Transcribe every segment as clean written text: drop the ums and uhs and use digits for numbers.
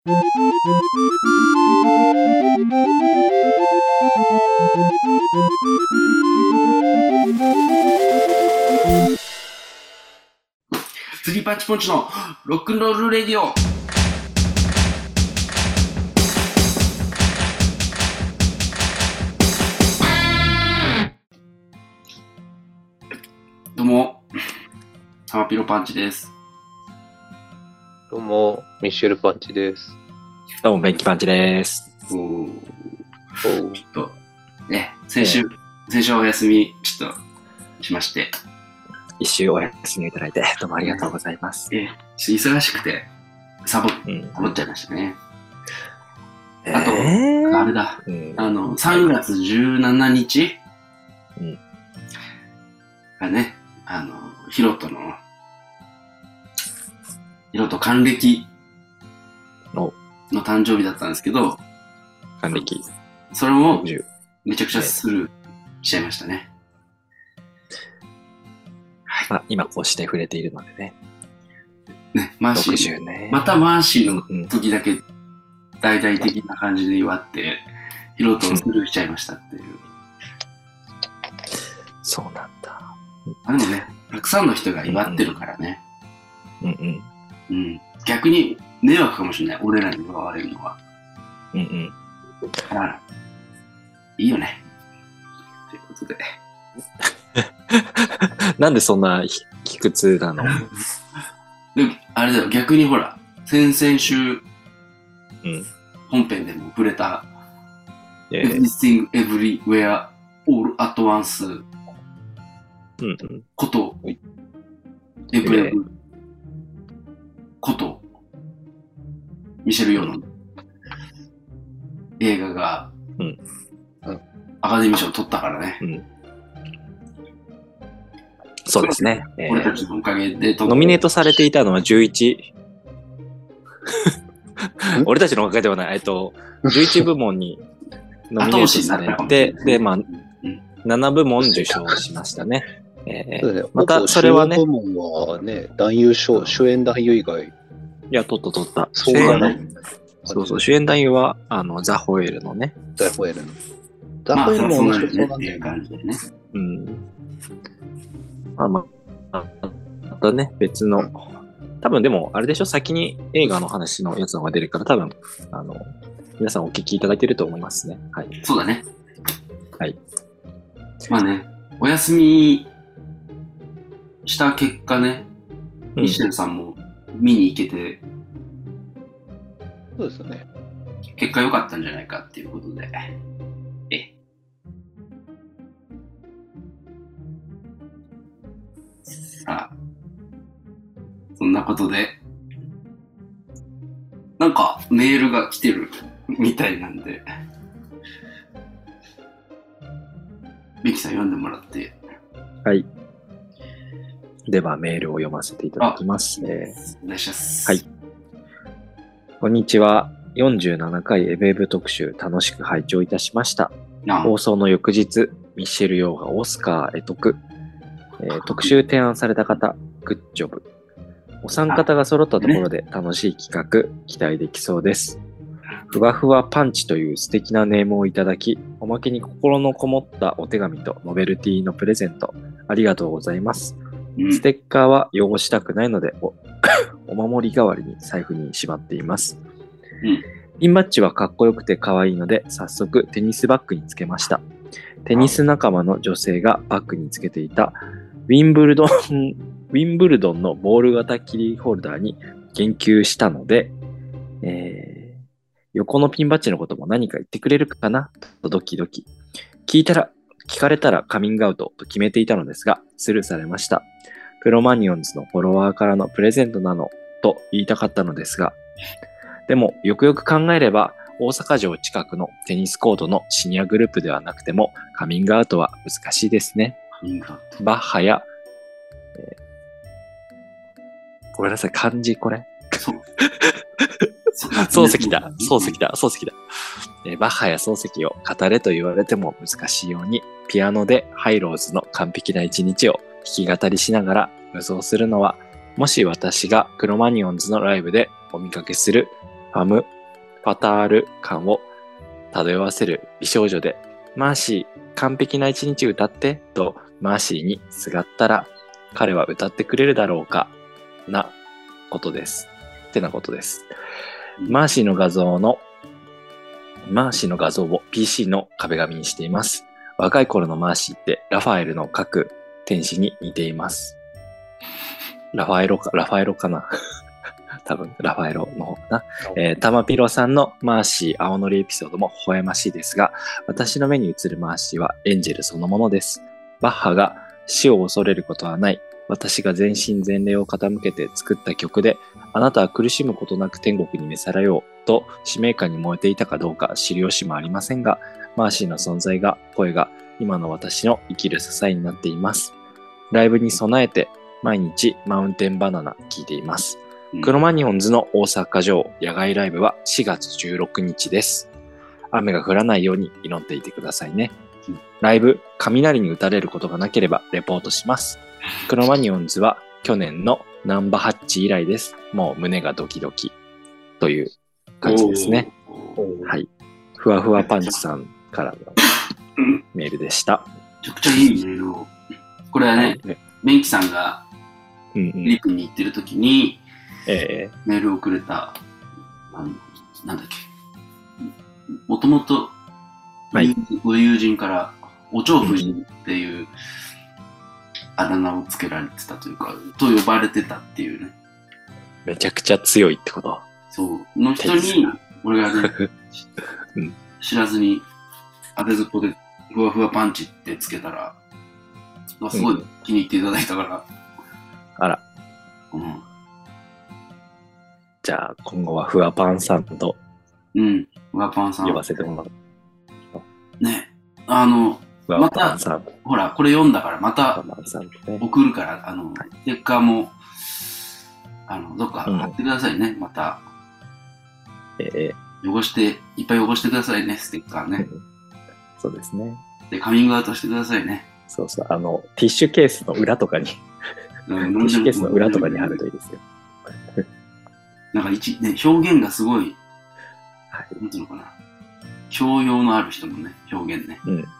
スリーパンチポンチのロックンロールレディオ。どうも、サマピロパンチです。 どうも、ミッシェルパンチです。 どうも、ベンキパンチです。 ちょっとね、先週お休みちょっとしまして、 一週お休みいただいてどうもありがとうございます。 ちょっと忙しくてサボっちゃいましたね。あと、あれだ、3月17日がね、ヒロト還暦の誕生日だったんですけど、 還暦。 それもめちゃくちゃスルーしちゃいましたね。はい。 まあ、今こうして触れているのでね。 ね、マーシー、ね、またマーシーの時だけ大々的な感じで祝って、ヒロトをスルーしちゃいましたっていう。 そうなんだ。 でもね、たくさんの人が祝ってるからね。逆に迷惑かもしれない、俺らに祝われるのは。いいよね。ということで。 なんでそんな卑屈なの？ であれだよ、逆にほら、先々週、本編でも触れた、Everything Everywhere All at Once こと、エブエブこと、ミシェル・ヨーの映画が、アカデミー賞を取ったからね。 そうですね。 俺たちのおかげでノミネートされていたのは11。俺たちのおかげではない。11部門にノミネートされて、で、まあ、7部門受賞しましたね。また、それはね。 主部門はね、男優賞、主演男優以外。 いや、取った。 そうだね。 そう、主演男優は、ザ・ホエールのね。 ザ・ホエールも面白そうなんだよね。 またね、別の、多分でも、あれでしょ、先に映画の話のやつのが出るから、多分、皆さんお聞きいただけると思いますね。はい。 そうだね。 はい。 まあね、お休みした結果ね、ミシェルさんも見に行けて、 そうですね。 結果良かったんじゃないかっていうことで。さあ、そんなことで、なんかメールが来てるみたいなんで、ミキさん読んでもらって。はい。 ではメールを読ませていただきます。 お願いします。 はい。こんにちは。47回エベーブ特集楽しく拝聴いたしました。放送の翌日、ミッシェル・ヨーがオスカーへ得。特集提案された方、グッジョブ。お三方が揃ったところで楽しい企画、期待できそうです。ふわふわパンチという素敵なネームをいただき、おまけに心のこもったお手紙とノベルティのプレゼント、ありがとうございます。ステッカーは汚したくないのでお守り代わりに財布にしまっています。ピンバッジはかっこよくて可愛いので、早速テニスバッグにつけました。テニス仲間の女性がバッグにつけていたウィンブルドンのボール型キーホルダーに言及したので、横のピンバッジのことも何か言ってくれるかなとドキドキ。聞かれたらカミングアウトと決めていたのですが、スルーされました。クロマニオンズのフォロワーからのプレゼントなのと言いたかったのですが、でもよくよく考えれば、大阪城近くのテニスコートのシニアグループではなくても、カミングアウトは難しいですね。バッハや、ごめんなさい、漢字これ。漱石だ。バッハや漱石を語れと言われても難しいように、ピアノでハイローズの完璧な一日を弾き語りしながら無双するのは、もし私がクロマニオンズのライブでお見かけするファム・ファタール感を漂わせる美少女で、マーシー、完璧な一日歌ってとマーシーにすがったら、彼は歌ってくれるだろうかなことです。ってなことです。マーシーの画像を PC の壁紙にしています。若い頃のマーシーってラファエルの描く天使に似ています。ラファエロかな多分、ラファエロの方かな。タマピロさんのマーシー青のりエピソードも微笑ましいですが、私の目に映るマーシーはエンジェルそのものです。バッハが死を恐れることはない。私が全身全霊を傾けて作った曲で、あなたは苦しむことなく天国に召されようと使命感に燃えていたかどうか知る由もありませんが、マーシーの存在が、声が今の私の生きる支えになっています。ライブに備えて毎日マウンテンバナナ聴いています。クロマニオンズの大阪城野外ライブは4月16日です。雨が降らないように祈っていてくださいね。ライブ、雷に打たれることがなければレポートします。クロマニオンズは去年のナンバハッチ以来です。もう胸がドキドキという感じですね。はい。ふわふわパンチさんからのメールでした。 めちゃくちゃいいメールを。これはね、メンキさんがフィリピンに行ってる時に、メールをくれた、なんだっけ。もともと、ご友人から、お蝶夫人っていうあだ名をつけられてたというか、と呼ばれてたっていうね。 めちゃくちゃ強いってこと。 そう。の人に、俺がね、知らずに、当てずっぽで、ふわふわパンチってつけたら、すごい気に入っていただいたから。 あら。じゃあ、今後はふわパンさんと、 ふわパンさん。 呼ばせてもらう。 ね。また、ほら、これ読んだから、また、送るから、ステッカーも、どっか貼ってくださいね、また。いっぱい汚してくださいね、ステッカーね。 そうですね。 で、カミングアウトしてくださいね。 そうそう、ティッシュケースの裏とかに、ティッシュケースの裏とかに貼るといいですよ。 なんか表現がすごい、なんていうのかな。教養のある人のね、表現ね。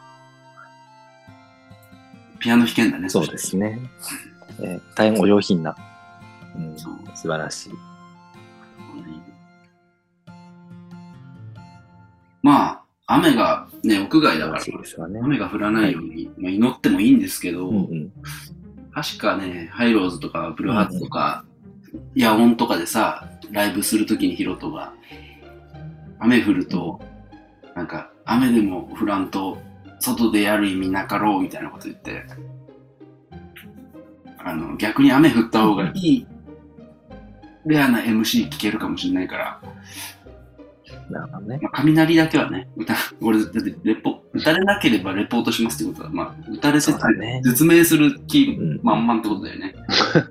ピアノ弾けんだね。 そうですね。大変お上品な、素晴らしい。 まあ、雨がね、屋外だから、雨が降らないように、祈ってもいいんですけど、確かね、ハイローズとかブルーハーツとか、野音とかでさ、ライブするときにヒロトが、雨降ると、なんか、雨でも降らんと、外でやる意味なかろうみたいなこと言って、逆に雨降った方がいい、レアな MC 聞けるかもしれないから、 なるほどね。 雷だけはね、俺、だって打たれなければレポートしますってことは、打たれてたね、絶命する気満々ってことだよね。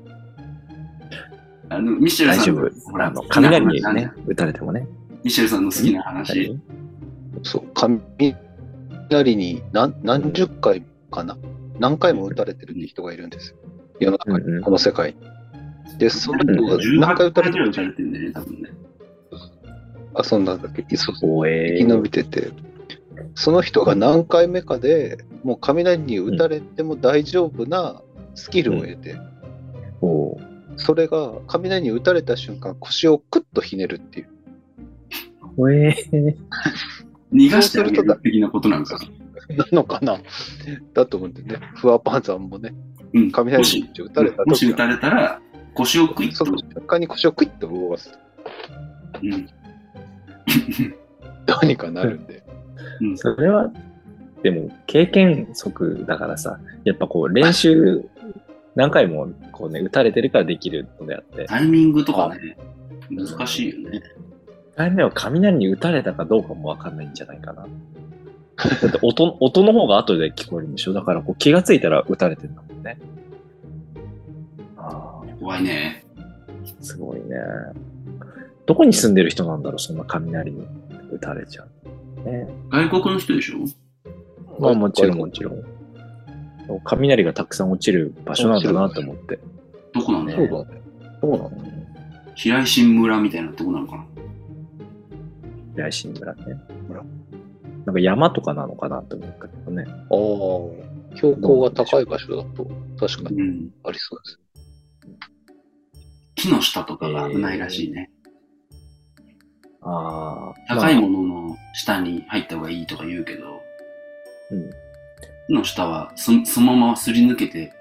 ミシェルさん、 大丈夫。ほら、雷にね、打たれてもね。 ミシェルさんの好きな話。 そう、雷に何十回かな、何回も打たれてるって人がいるんですよ。世の中に、この世界に。で、その人が何回打たれてるんだよね、多分ね。そんなんだっけ、生き延びてて、その人が何回目かでもう雷に打たれても大丈夫なスキルを得て、それが雷に打たれた瞬間腰をクッとひねるっていう。 逃がしてあげる的なことなんかなのかなだと思うんでね、ふわパンさんもね、雷に打たれた時もし打たれたら腰をクイッと、 その瞬間に腰をクイッと動かす。どうにかなるんで。 それは、でも経験則だからさ、やっぱこう練習何回もこうね、打たれてるからできるのであって。 タイミングとかね、難しいよね。 1回目は雷に打たれたかどうかもわかんないんじゃないかな。だって音の方が後で聞こえるんでしょ。だからこう気がついたら打たれてるんだもんね。 怖いね。 すごいね。どこに住んでる人なんだろう、そんな雷に打たれちゃう。ね、 外国の人でしょ？ まあもちろんもちろん。雷がたくさん落ちる場所なんだなと思って。 どこなんだろう？ そうだね。 平井新村みたいなとこなのかな？ 平新村ね。なんか山とかなのかなと思ったけどね。 ああ、標高が高い場所だと確かにありそうです。 木の下とかが危ないらしいね。 ああ。高いものの下に入った方がいいとか言うけど、木の下はそのまますり抜けて、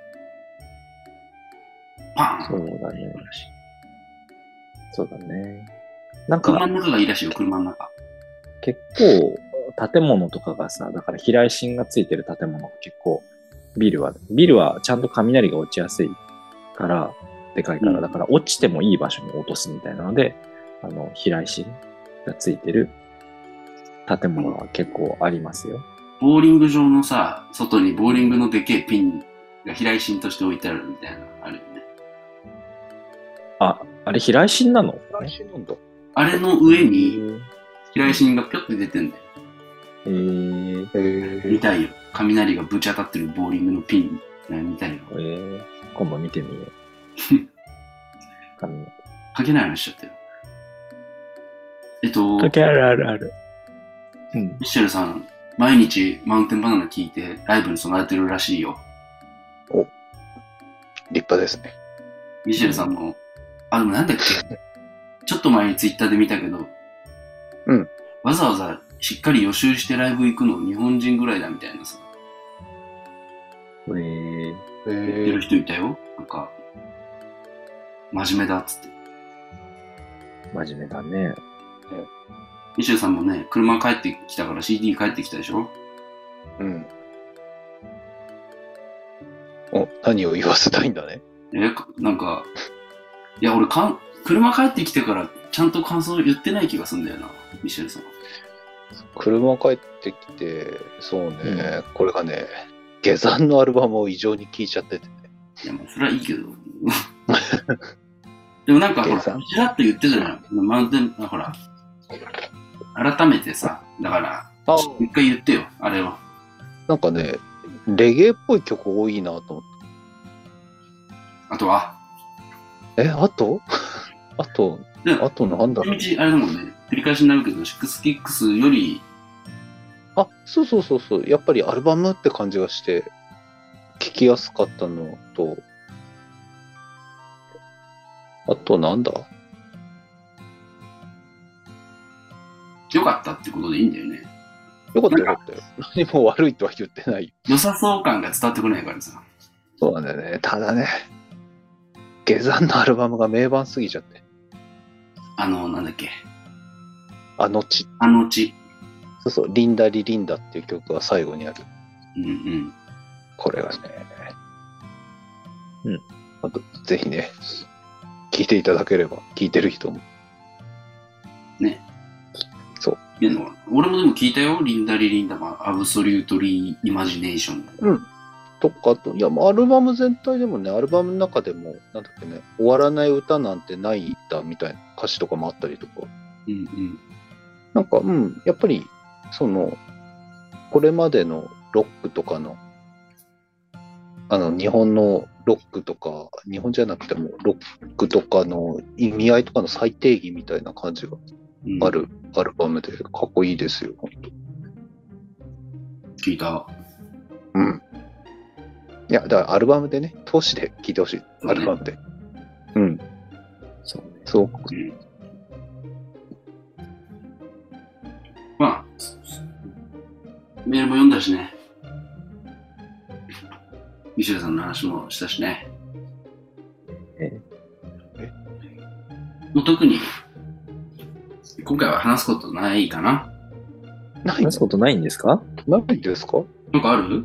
パーン。 そうだね。そうだね。なんか、 車の中がいいらしいよ、車の中。 結構、建物とかがさ、だから避雷針がついてる建物が結構、ビルはちゃんと雷が落ちやすいから、でかいから、だから落ちてもいい場所に落とすみたいなので、避雷針がついてる建物は結構ありますよ。 ボーリング場のさ、外にボーリングのでけえピンが避雷針として置いてあるみたいなのあるよね。 あれ避雷針なの？ 避雷針なんだ。 あれの上に避雷針がぴょって出てんだよ。見たいよ。雷がぶち当たってるボーリングのピン見たいよ。 今度見てみよう。 かけない話しちゃったよ。 かけある。 ミッシェルさん、毎日マウンテンバナナ聞いてライブに備えてるらしいよ。 お、立派ですね。 ミッシェルさんも、でもなんだっけちょっと前にツイッターで見たけど、わざわざしっかり予習してライブ行くの日本人ぐらいだみたいなさ。言ってる人いたよ。なんか、真面目だっつって。 真面目だね。 ミシェルさんもね、車帰ってきたから CD 帰ってきたでしょ？ 何を言わせたいんだね。 なんか、いや俺車帰ってきてからちゃんと感想言ってない気がするんだよな、ミシェルさん。 車帰ってきて、そうね、これがね、下山のアルバムを異常に聴いちゃっててね。 いや、もうそれはいいけど。でもなんか、ほら、ちらっと言ってたじゃん。マウンテン、ほら、改めてさ、だから、一回言ってよ、あれを。 なんかね、レゲエっぽい曲多いなと思って。 あとはあとなんだろう。 あれだもんね、繰り返しになるけど、シックスキックスより、 そう。やっぱりアルバムって感じがして、聴きやすかったのと、あとなんだ？ 良かったってことでいいんだよね。 良かったよ。何も悪いとは言ってない。 良さそう感が伝わってこないからさ。 そうなんだよね。ただね、下山のアルバムが名盤すぎちゃって。 なんだっけ。 あのち。そう、リンダリリンダっていう曲が最後にある。これがね。あと、ぜひね、聴いていただければ、聴いてる人も。 ね。 そう。 俺もでも聞いたよ。リンダリリンダアブソリュートリーイマジネーション。 とかと、いや、アルバム全体でもね、アルバムの中でも、なんだっけね、終わらない歌なんてないんだみたいな歌詞とかもあったりとか。なんか、やっぱり、これまでのロックとかの、日本のロックとか、日本じゃなくてもロックとかの意味合いとかの再定義みたいな感じがあるアルバムで、かっこいいですよ、本当。聞いた。 いや、だからアルバムでね、通しで聴いてほしい。アルバムで。そう。 まあ、メールも読んだしね。ミシェルさんの話もしたしね。もう特に、今回は話すことないかな。 話すことないんですか？ ないですか？ なんかある？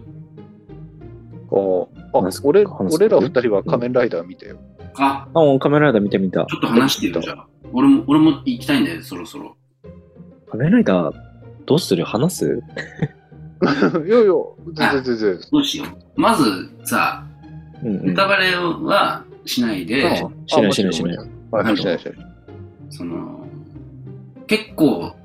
俺ら二人は仮面ライダー見てよ。 仮面ライダー見てみた。 ちょっと話してよ、じゃあ。俺も行きたいんだよ、そろそろ。 仮面ライダー、どうする？話す？ いや、全然。 どうしよう。まずさ、ネタバレはしないで。 しない。 しない。 結構、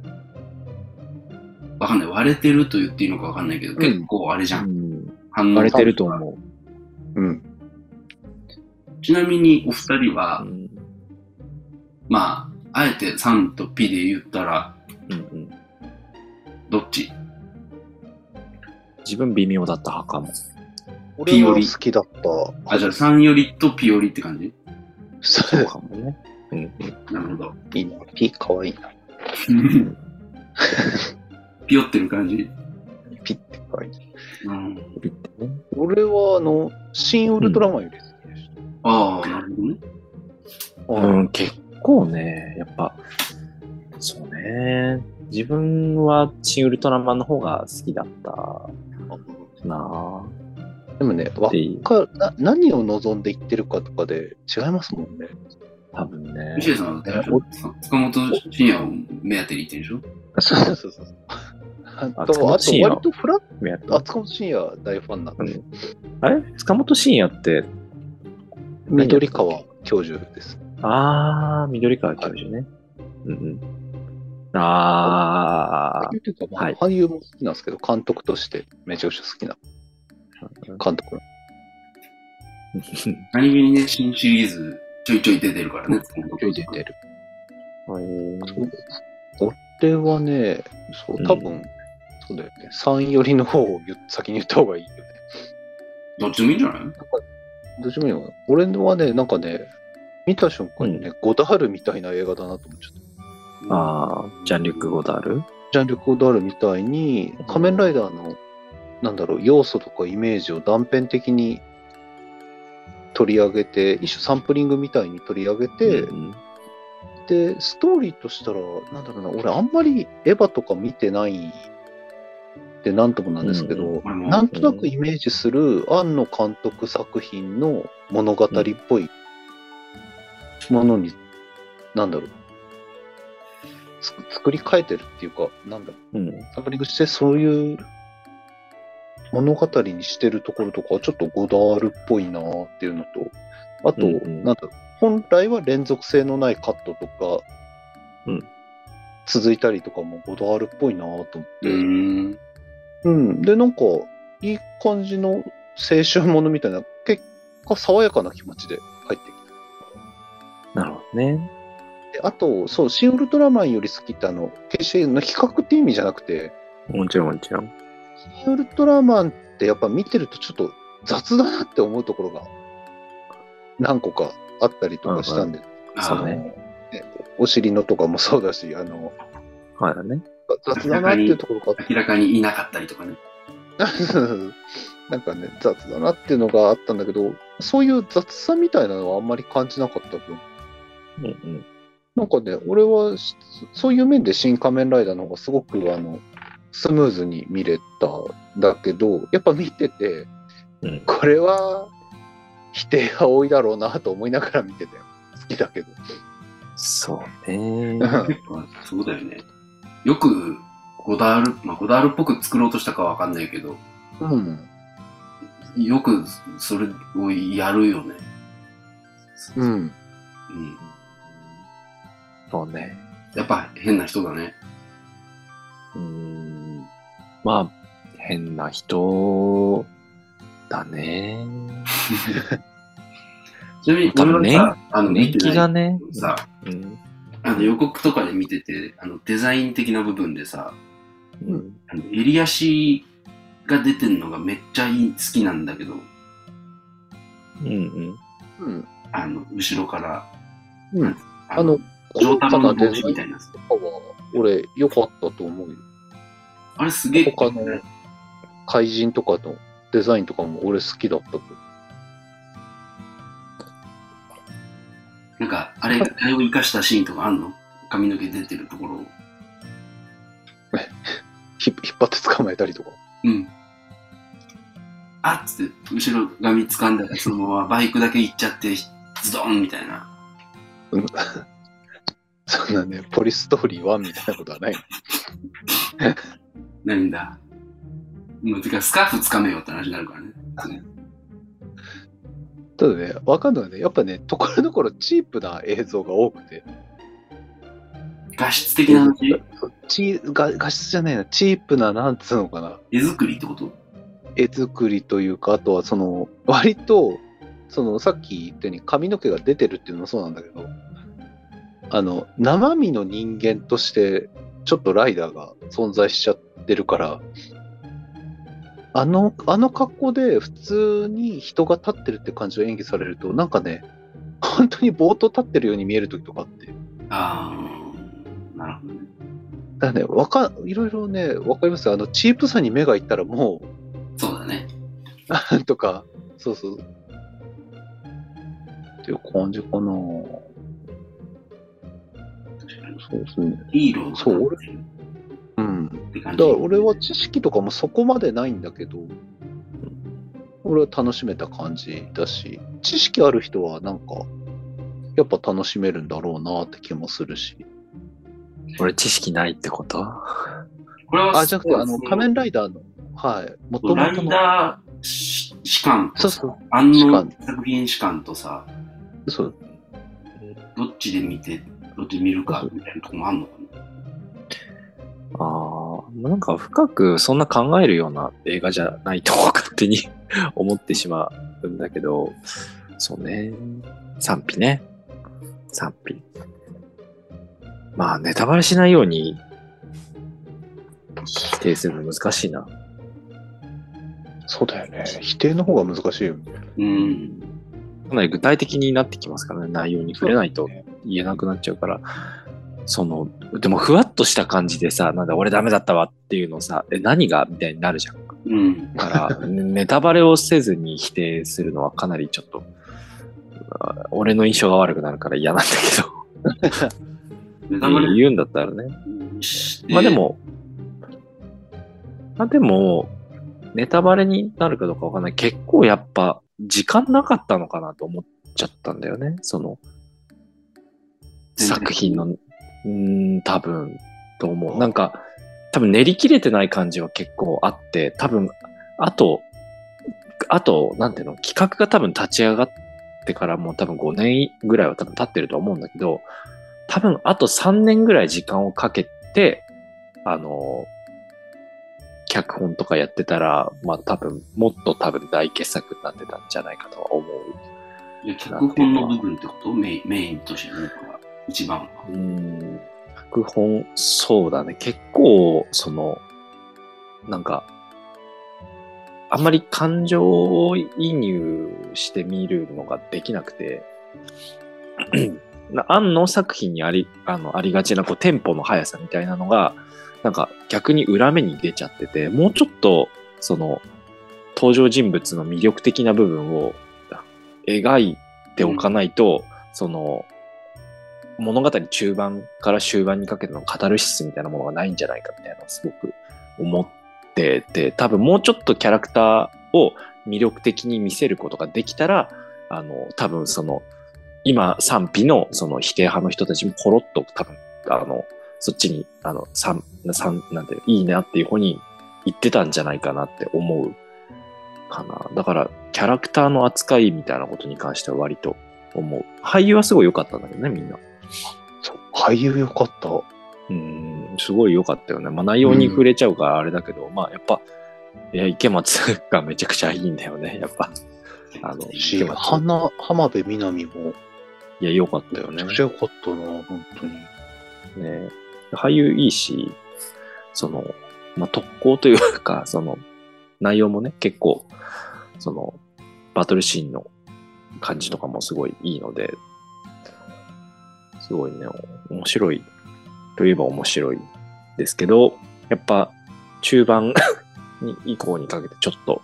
わかんない。割れてると言っていいのかわかんないけど、結構あれじゃん。 割れてると思う。 ちなみにお二人は、まあ、あえて3と P で言ったら、 うんうん。 どっち？ 自分微妙だった派かも。 俺は好きだった。 あ、じゃあ3よりとピオリって感じ？ そうかもね。 うん。なるほど。 いいな。ピかわいいな。 ピヨってる感じ？ ピってかわいい。 うん。 ピってね。俺は新ウルトラマンより好きでした。 ああ、なるほどね。結構ね、やっぱ、そうね。自分は新ウルトラマンの方が好きだったなぁ。 でもね、何を望んで言ってるかとかで違いますもんね。 多分ね。 ミシェルさんは塚本慎也を目当てに言ってるでしょ？ そうそうそう。あと割とフラット。塚本慎也大ファンなんで。 あれ塚本慎也って、 緑川教授です。 あー、緑川教授ね。うんうん。 俳優も好きなんですけど、監督としてめちゃくちゃ好きな監督。 アニメにね、新シリーズちょいちょい出てるからね。 ちょい出てる。俺はね、そう、多分、そうだよね。3寄りの方を先に言った方がいいよね。 どっちもいいんじゃない？ どっちもいいよ。俺はね、なんかね、見た瞬間にね、ゴダールみたいな映画だなと思っちゃった。 ああ、ジャンリュック・ゴダール？ ジャンリュック・ゴダールみたいに、仮面ライダーの、要素とかイメージを断片的に取り上げて、一種サンプリングみたいに取り上げて、で、ストーリーとしたら、俺あんまりエヴァとか見てないってなんともなんですけど、なんとなくイメージする庵野監督作品の物語っぽいものに、作り変えてるっていうか、サンプリングしてそういう物語にしてるところとか、ちょっとゴダールっぽいなーっていうのと、あと、本来は連続性のないカットとか、続いたりとかもゴダールっぽいなーと思って。で、いい感じの青春ものみたいな、結果爽やかな気持ちで帰ってきた。なるほどね。 あと、そう、新ウルトラマンより好きって決して比較って意味じゃなくて、 もちろん。 新ウルトラマンってやっぱ見てるとちょっと雑だなって思うところが何個かあったりとかしたんで、 そうね。 お尻のとかもそうだし、 はいね。 雑だなっていうところが明らかにいなかったりとかね。 雑だなっていうのがあったんだけど、そういう雑さみたいなのはあんまり感じなかった分。俺はそういう面で新仮面ライダーの方がすごくスムーズに見れたんだけど、やっぱ見てて、これは否定が多いだろうなと思いながら見てたよ。好きだけど。 そうね。 そうだよね。よくゴダールっぽく作ろうとしたかはわかんないけど、よくそれをやるよね。 そうね。 やっぱ変な人だね。 まあ、変な人だね。 ちなみに、 年季がね、 予告とかで見てて、デザイン的な部分でさ、襟足が出てんのがめっちゃ好きなんだけど、後ろから、 高価なデザインとかは、俺、良かったと思うよ。 あれすげえ。 他の怪人とかのデザインとかも俺好きだったと。 あれを生かしたシーンとかあんの？髪の毛出てるところを。 引っ張って捕まえたりとか。 あっつって、後ろ髪掴んだらそのままバイクだけ行っちゃって、ズドンみたいな。 そんなね、ポリストーリー1みたいなことはない。 ないんだ。もうてかスカーフ掴めよって話になるからね。 ただね、わかんないね。やっぱね、ところどころチープな映像が多くて。 画質的な話？ 画質じゃないな。チープな、なんつうのかな。 絵作りってこと？ 絵作りというか、あとは割と、さっき言ったように髪の毛が出てるっていうのもそうなんだけど、生身の人間としてちょっとライダーが存在しちゃってるから、あの格好で普通に人が立ってるって感じを演技されると、なんかね、本当にぼーっと立ってるように見える時とかあって。 ああ、なるほどね。 だからね、いろいろね、わかります。チープさに目がいったらもう、 そうだね。 とか、そうそう。っていう感じかな。そうですね。 ヒーロー。 そう、うん。だから俺は知識とかもそこまでないんだけど、俺は楽しめた感じだし、知識ある人はなんか、やっぱ楽しめるんだろうなって気もするし。 俺知識ないってこと？ これはじゃなくて、仮面ライダーの、はい、 もともとの。ライダー士官とさ、 そうそう。 作品士官とさ、 そう。 どっちで見るかみたいなとこもあんのかな。なんか深くそんな考えるような映画じゃないと勝手に思ってしまうんだけど、そうね。賛否ね。賛否。まあ、ネタバレしないように否定するの難しいな。 そうだよね。否定の方が難しいよね。 かなり具体的になってきますからね。内容に触れないと言えなくなっちゃうから。でもふわっとした感じでさ、なんだ俺ダメだったわっていうのさ、何がみたいになるじゃん。だから、ネタバレをせずに否定するのはかなりちょっと、俺の印象が悪くなるから嫌なんだけど。言うんだったらね。まあでも、ネタバレになるかどうかわかんない。結構やっぱ時間なかったのかなと思っちゃったんだよね。作品の、多分と思う。なんか、多分練り切れてない感じは結構あって、多分、あと、なんていうの、企画が多分立ち上がってからもう多分5年ぐらいは多分経ってると思うんだけど、多分あと3年ぐらい時間をかけて、脚本とかやってたら、まあもっと大傑作になってたんじゃないかとは思う。 脚本の部分ってことメインとしての一番は。 脚本、そうだね。結構、なんか、あんまり感情移入して見るのができなくて、庵野作品にありがちなテンポの速さみたいなのが、なんか逆に裏目に出ちゃってて、もうちょっと登場人物の魅力的な部分を描いておかないと、物語中盤から終盤にかけてのカタルシスみたいなものがないんじゃないかみたいなのをすごく思ってて、多分もうちょっとキャラクターを魅力的に見せることができたら、多分今賛否の否定派の人たちもコロッと多分そっちになんていいなっていう方に行ってたんじゃないかなって思うかな。だからキャラクターの扱いみたいなことに関しては割と思う。俳優はすごい良かったんだけどね、みんな。 そう、俳優良かった。 すごい良かったよね。まあ内容に触れちゃうからあれだけど、まあやっぱ池松がめちゃくちゃいいんだよね、やっぱ。 浜辺美波も。 いや、良かったよね。 めちゃくちゃ良かったな、本当に。 ね、俳優いいし、まあ、特攻というか、内容もね、結構、バトルシーンの感じとかもすごいいいので、すごいね、面白いといえば面白いですけど、やっぱ中盤以降にかけてちょっと、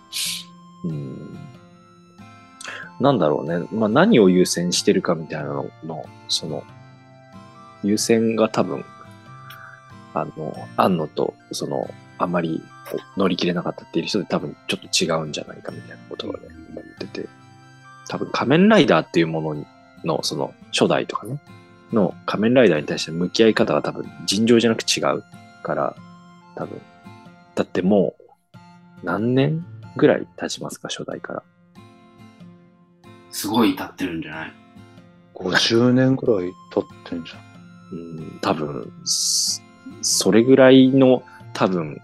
なんだろうね、まあ何を優先してるかみたいなのの、優先が多分、庵野と、あんまり乗り切れなかったっていう人で多分ちょっと違うんじゃないかみたいなことがね、思ってて、多分仮面ライダーっていうものの、初代とかね、の仮面ライダーに対して向き合い方が多分尋常じゃなく違うから、多分、だってもう、何年ぐらい経ちますか、初代から。 すごい経ってるんじゃない？ 50 年ぐらい経ってんじゃん。 多分、それぐらいの、多分、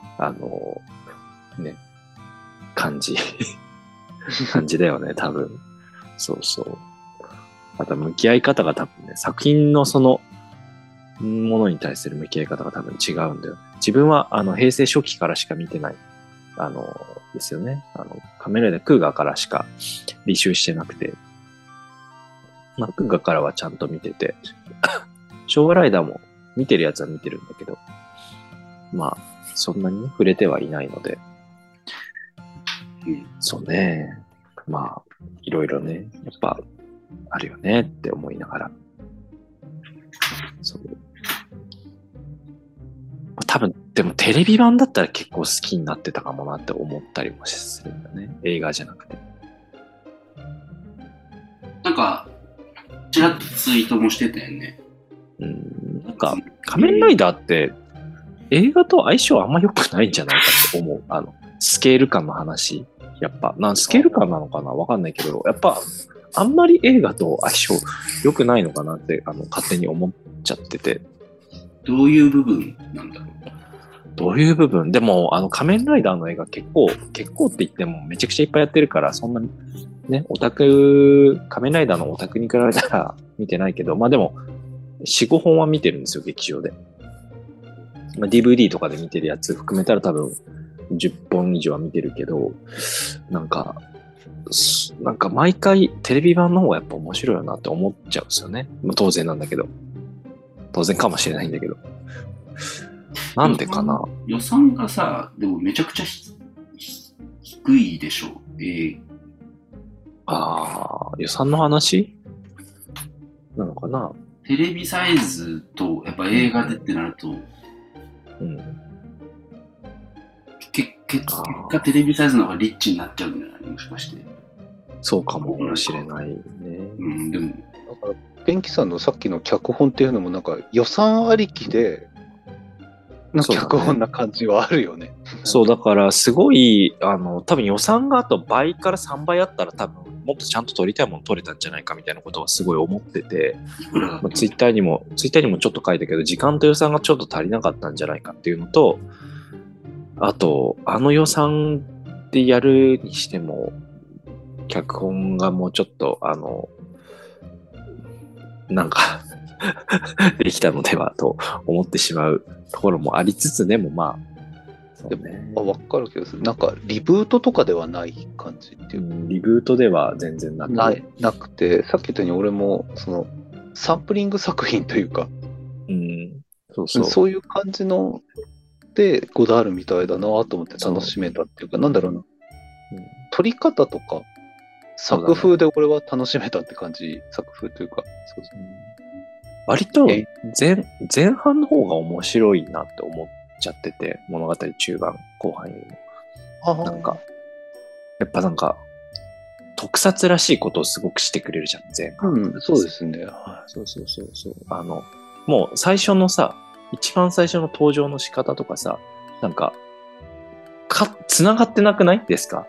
ね、感じだよね、多分。そうそう。あと、向き合い方が多分ね、作品のものに対する向き合い方が多分違うんだよ。自分は平成初期からしか見てない、ですよね。仮面ライダークーガーからしか履修してなくて、まあ、クーガーからはちゃんと見てて、昭和ライダーも見てるやつは見てるんだけど、まあ、そんなにね、触れてはいないので、そうね。まあ、いろいろね、やっぱ、あるよねって思いながら。そう。多分、でもテレビ版だったら結構好きになってたかもなって思ったりもするんだね。映画じゃなくて。 なんか、ちらっとツイートもしてたよね。 なんか、仮面ライダーって、映画と相性あんま良くないんじゃないかって思う。スケール感の話。やっぱ、スケール感なのかなわかんないけど、やっぱ、あんまり映画と相性良くないのかなって、勝手に思っちゃってて。 どういう部分なんだろう。 どういう部分でも、仮面ライダーの映画結構って言ってもめちゃくちゃいっぱいやってるから、そんなに、ね、仮面ライダーのオタクに比べたら見てないけど、まあでも、4、5本は見てるんですよ、劇場で。まあ、DVD とかで見てるやつ含めたら多分10本以上は見てるけど、なんか毎回テレビ版の方がやっぱ面白いよなって思っちゃうんですよね。まあ、当然なんだけど。当然かもしれないんだけど。なんでかな。 予算がさ、でもめちゃくちゃ低いでしょ。 予算の話なのかな。 テレビサイズとやっぱ映画でってなると、結果テレビサイズの方がリッチになっちゃうんじゃないもしかして。 そうかもしれないね。 でも。 だから、ペンキさんのさっきの脚本っていうのもなんか予算ありきで、の脚本な感じはあるよね。 そう、だからすごい、多分予算があと倍から3倍あったら多分もっとちゃんと撮りたいもの撮れたんじゃないかみたいなことはすごい思ってて、ツイッターにもちょっと書いたけど、時間と予算がちょっと足りなかったんじゃないかっていうのと、あと、予算でやるにしても、脚本がもうちょっと、なんかできたのではと思ってしまうところもありつつでもまあ、 でも分かるけど、なんかリブートとかではない感じっていう、 リブートでは全然なくて、さっき言ったように俺もそのサンプリング作品というか、そういう感じのでゴダールみたいだなと思って楽しめたっていうか、なんだろうな、撮り方とか作風で俺は楽しめたって感じ、作風というか、 割と前半の方が面白いなって思っちゃってて、物語中盤後半よりもなんかやっぱなんか特撮らしいことをすごくしてくれるじゃん、前半。 そうですね。 そうもう最初のさ、一番最初の登場の仕方とかさ、なんか繋がってなくないですか？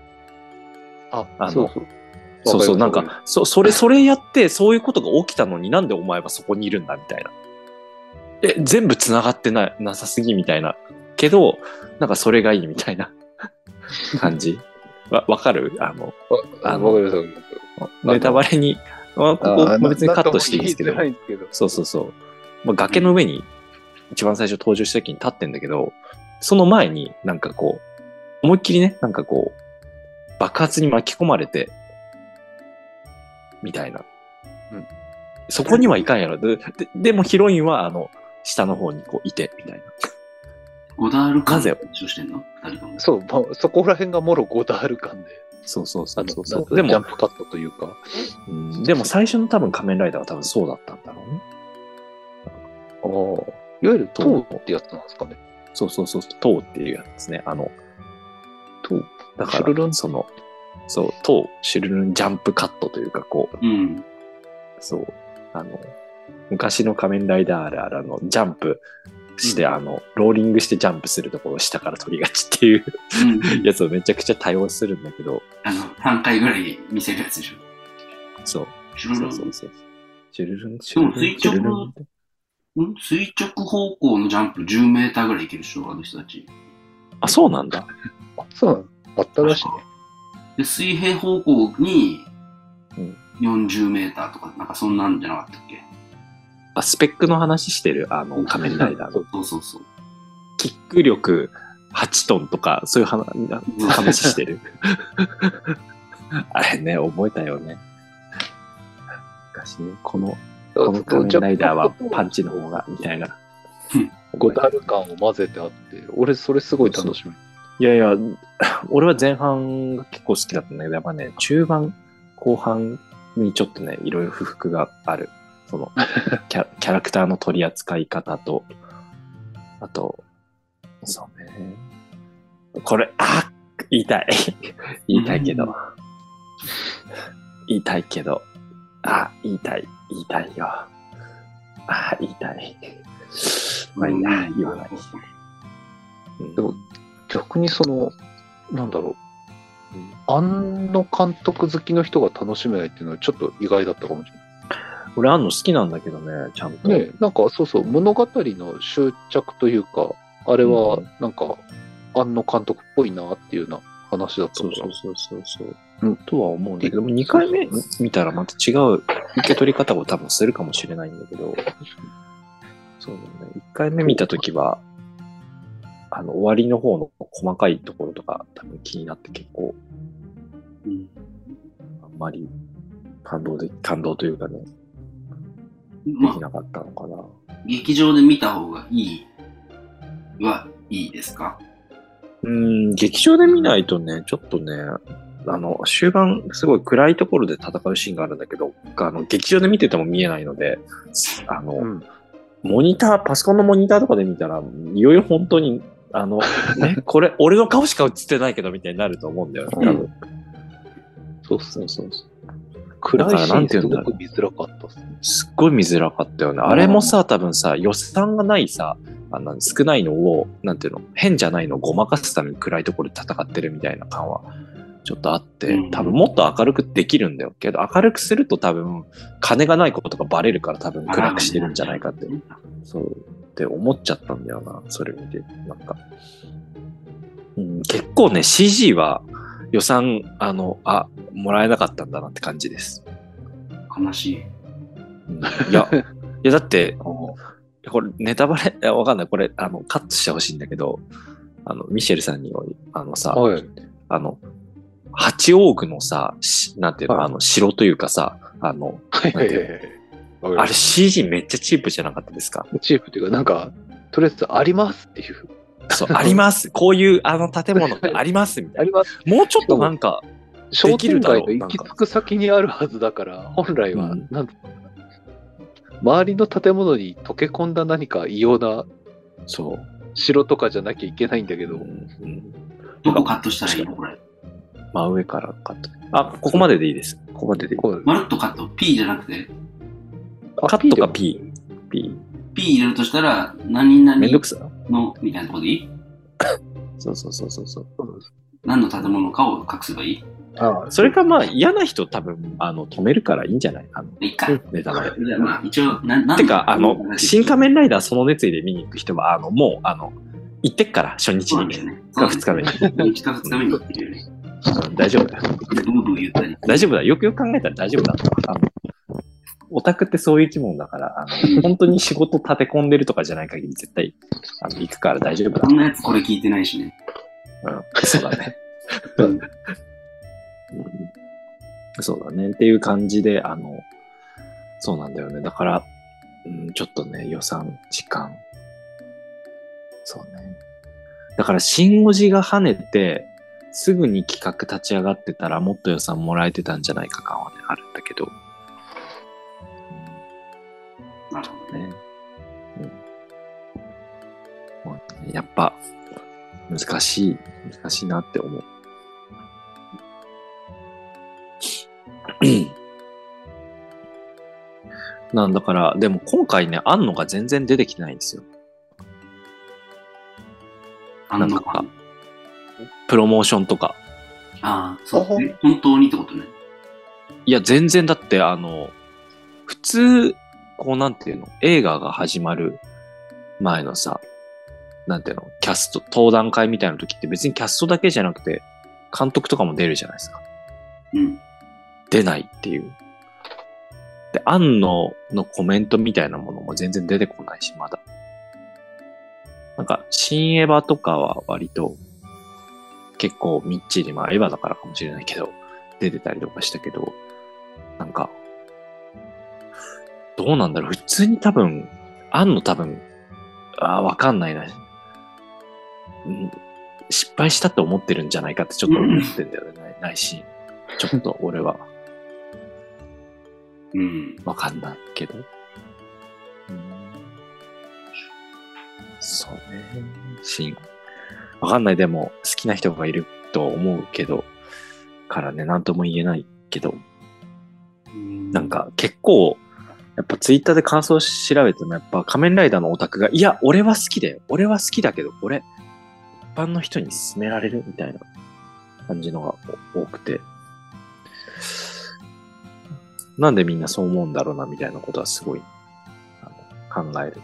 そう、なんか、それやって、そういうことが起きたのになんでお前はそこにいるんだみたいな。全部繋がってなさすぎみたいな。けど、なんかそれがいいみたいな感じ。わかる？わかる。 ネタバレに、ここ別にカットしていいんですけど。そう。まあ、崖の上に一番最初登場した時に立ってんだけど、その前になんかこう、思いっきりね、なんかこう、爆発に巻き込まれて、みたいな。そこにはいかんやろ。でもヒロインは下の方にこういて、みたいな。 ゴダール感で一緒してんの？ そう、そこら辺がもろゴダール感で。 そう。 でも、ジャンプカットというか。 でも最初の多分仮面ライダーは多分そうだったんだろうね。 いわゆるトーってやつなんですかね。 そう、トーっていうやつですね。トー。だから、トー、シュルルンジャンプカットというか、こう、そう、昔の仮面ライダーあるあるジャンプして、ローリングしてジャンプするところを下から取りがちっていうやつをめちゃくちゃ多用するんだけど。 3回ぐらい見せるやつでしょ。 そう。シュルルン。 垂直方向のジャンプ10メーターぐらいいけるでしょ、あの人たち。 あ、そうなんだ。 そうなの？あったらしいね。 で、水平方向に40メーターとか、なんかそんなんじゃなかったっけ？ スペックの話してる、仮面ライダーの。 そう。 キック力8トンとか、そういう話してる。あれね、覚えたよね。昔ね、この仮面ライダーはパンチの方が、みたいな。 ゴダル感を混ぜてあって、俺それすごい楽しみ。 いやいや、俺は前半が結構好きだったんだけど、やっぱね、中盤、後半にちょっとね、いろいろ不服がある。そのキャラクターの取り扱い方と、あと、そうね。これ、言いたい。言いたいけど。言いたいけど。言いたいよ。言いたい。まあいいや、言わない。 でも、逆になんだろう。庵野監督好きの人が楽しめないっていうのはちょっと意外だったかもしれない。 俺、庵野好きなんだけどね、ちゃんと。 ね、なんかそう、物語の執着というか、あれは、なんか、庵野監督っぽいなっていうような話だったから。 そう。とは思うんだけど、2回目見たらまた違う受け取り方を多分するかもしれないんだけど、そうだね。1回目見たときは、終わりの方の細かいところとか多分気になって結構、あんまり感動というかね、できなかったのかな。 劇場で見た方がいいはいいですか？ 劇場で見ないとね、ちょっとね、終盤すごい暗いところで戦うシーンがあるんだけど、劇場で見てても見えないので、モニター、パソコンのモニターとかで見たら、いよいよ本当に、これ、俺の顔しか映ってないけど、みたいになると思うんだよね、多分。そう。 暗いシーンすごく見づらかったっすね。 すっごい見づらかったよね。あれもさ、多分さ、予算がないさ、少ないのを、なんていうの、変じゃないのをごまかすために暗いところで戦ってるみたいな感は、ちょっとあって、多分もっと明るくできるんだよ。けど、明るくすると多分、金がないことがバレるから多分暗くしてるんじゃないかって、そう、って思っちゃったんだよな、それ見て。なんか。結構ね、CG は予算、もらえなかったんだなって感じです。 悲しい。 いや、だって、これネタバレ、わかんない。これ、カットしてほしいんだけど、ミシェルさんに、八王具のさ、なんていうの、城というかさ、あれ CG めっちゃチープじゃなかったですか？ チープっていうか、なんか、とりあえずありますっていう。 そう、あります。こういう建物ってありますみたいな。 あります。 もうちょっとなんか、 商店街の行き着く先にあるはずだから、本来は、周りの建物に溶け込んだ何か異様な、城とかじゃなきゃいけないんだけど。 どこカットしたらいいのこれ。 真上からカット。ここまででいいです。ここまででいい。 まるっとカット。P じゃなくて。 カットか P。 P 入れるとしたら、何々 めんどくさのみたいなところでいい？ そう。 何の建物かを隠せばいい？ それかまあ嫌な人多分止めるからいいんじゃない？ いいか。 ネタバレ。 じゃあまあ一応、 てか、新仮面ライダーその熱意で見に行く人は、もう、行ってっから、初日に。か2日目に。 1日か2日目に行ってるよね。 大丈夫だよ。大丈夫だ。よくよく考えたら大丈夫だ。オタクってそういう生き物だから、本当に仕事立て込んでるとかじゃない限り絶対行くから大丈夫だ。 こんなやつこれ聞いてないしね。 そうだね。そうだね。っていう感じで、そうなんだよね。だから、ちょっとね、予算、時間。そうね。だから、シン・ゴジが跳ねて、すぐに企画立ち上がってたら、もっと予算もらえてたんじゃないか感はね、あるんだけど。 なるほどね。 やっぱ、難しいなって思う。なんだから、でも今回ね、庵野が全然出てきてないんですよ。なんか、プロモーションとか。 そうね。本当にってことね。 いや、全然だって、普通、こうなんていうの、映画が始まる前のさ、なんていうの、キャスト、登壇会みたいな時って別にキャストだけじゃなくて、監督とかも出るじゃないですか。 うん。 出ないっていう。 で、庵野のコメントみたいなものも全然出てこないし、まだ。なんか、新エヴァとかは割と結構みっちり、まあエヴァだからかもしれないけど、出てたりとかしたけど、なんか、どうなんだろう。普通に多分、庵野多分、わかんないな。失敗したと思ってるんじゃないかってちょっと思ってんだよね。ないし、ちょっと俺は。わかんないけど。そうね。わかんない。でも、好きな人がいると思うけど、からね、なんとも言えないけど。なんか、結構、やっぱツイッターで感想調べてもやっぱ仮面ライダーのオタクが、いや、俺は好きだよ。俺は好きだけど、これ、一般の人に勧められるみたいな感じのが多くて。なんでみんなそう思うんだろうなみたいなことはすごい考える。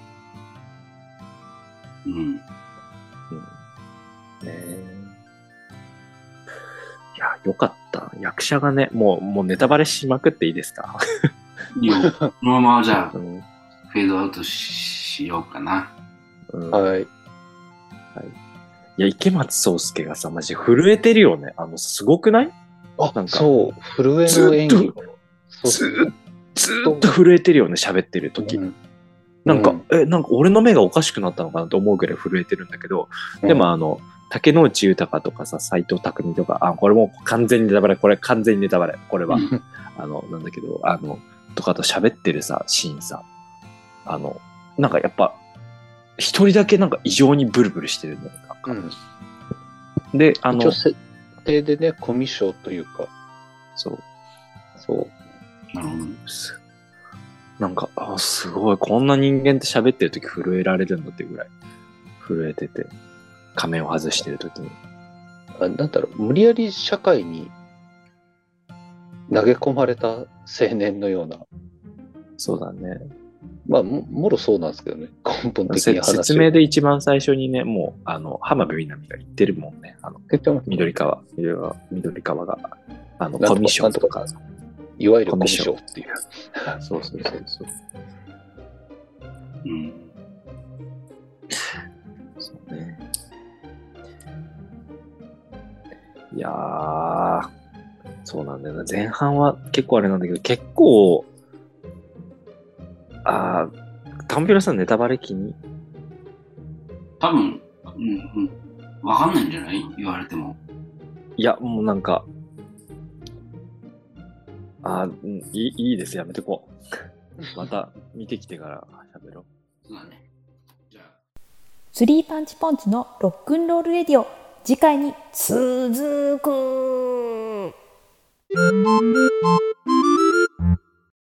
いや、よかった。役者がね、もうネタバレしまくっていいですか？ いいよ。このままじゃあ、フェードアウトしようかな。 はい。 いや、池松壮亮がさ、マジ震えてるよね。すごくない？ なんかそう、震えの演技。 ずっと震えてるよね、喋ってる時。なんか俺の目がおかしくなったのかなと思うぐらい震えてるんだけど、でも竹野内豊とかさ、斎藤工とか、これもう完全にネタバレ、これ完全にネタバレ、これは。なんだけど、とかと喋ってるさ、シーンさ、なんかやっぱ、一人だけなんか異常にブルブルしてるんだよ、なんか。で、 一応設定でね、コミュ障というか。 そう。 なるほど。 なんか、すごい、こんな人間って喋ってるとき震えられるんだっていうぐらい震えてて、仮面を外してるときに。 なんだろう、無理やり社会に投げ込まれた青年のような。 そうだね。 まあ、もろそうなんですけどね、根本的に話。 説明で一番最初にね、もう、浜辺美波が言ってるもんね。緑川が、コミッションとか。 いわゆるコミッションっていう。 そう。そうね。いやー、そうなんだよな。前半は結構あれなんだけど、結構、タンピロさんネタバレ気に？ 多分、わかんないんじゃない？言われても。 いや、もうなんか、いいです。やめてこう。また見てきてから喋ろう。 そうだね。じゃあ。 スリーパンチポンチのロックンロールレディオ、次回に続く。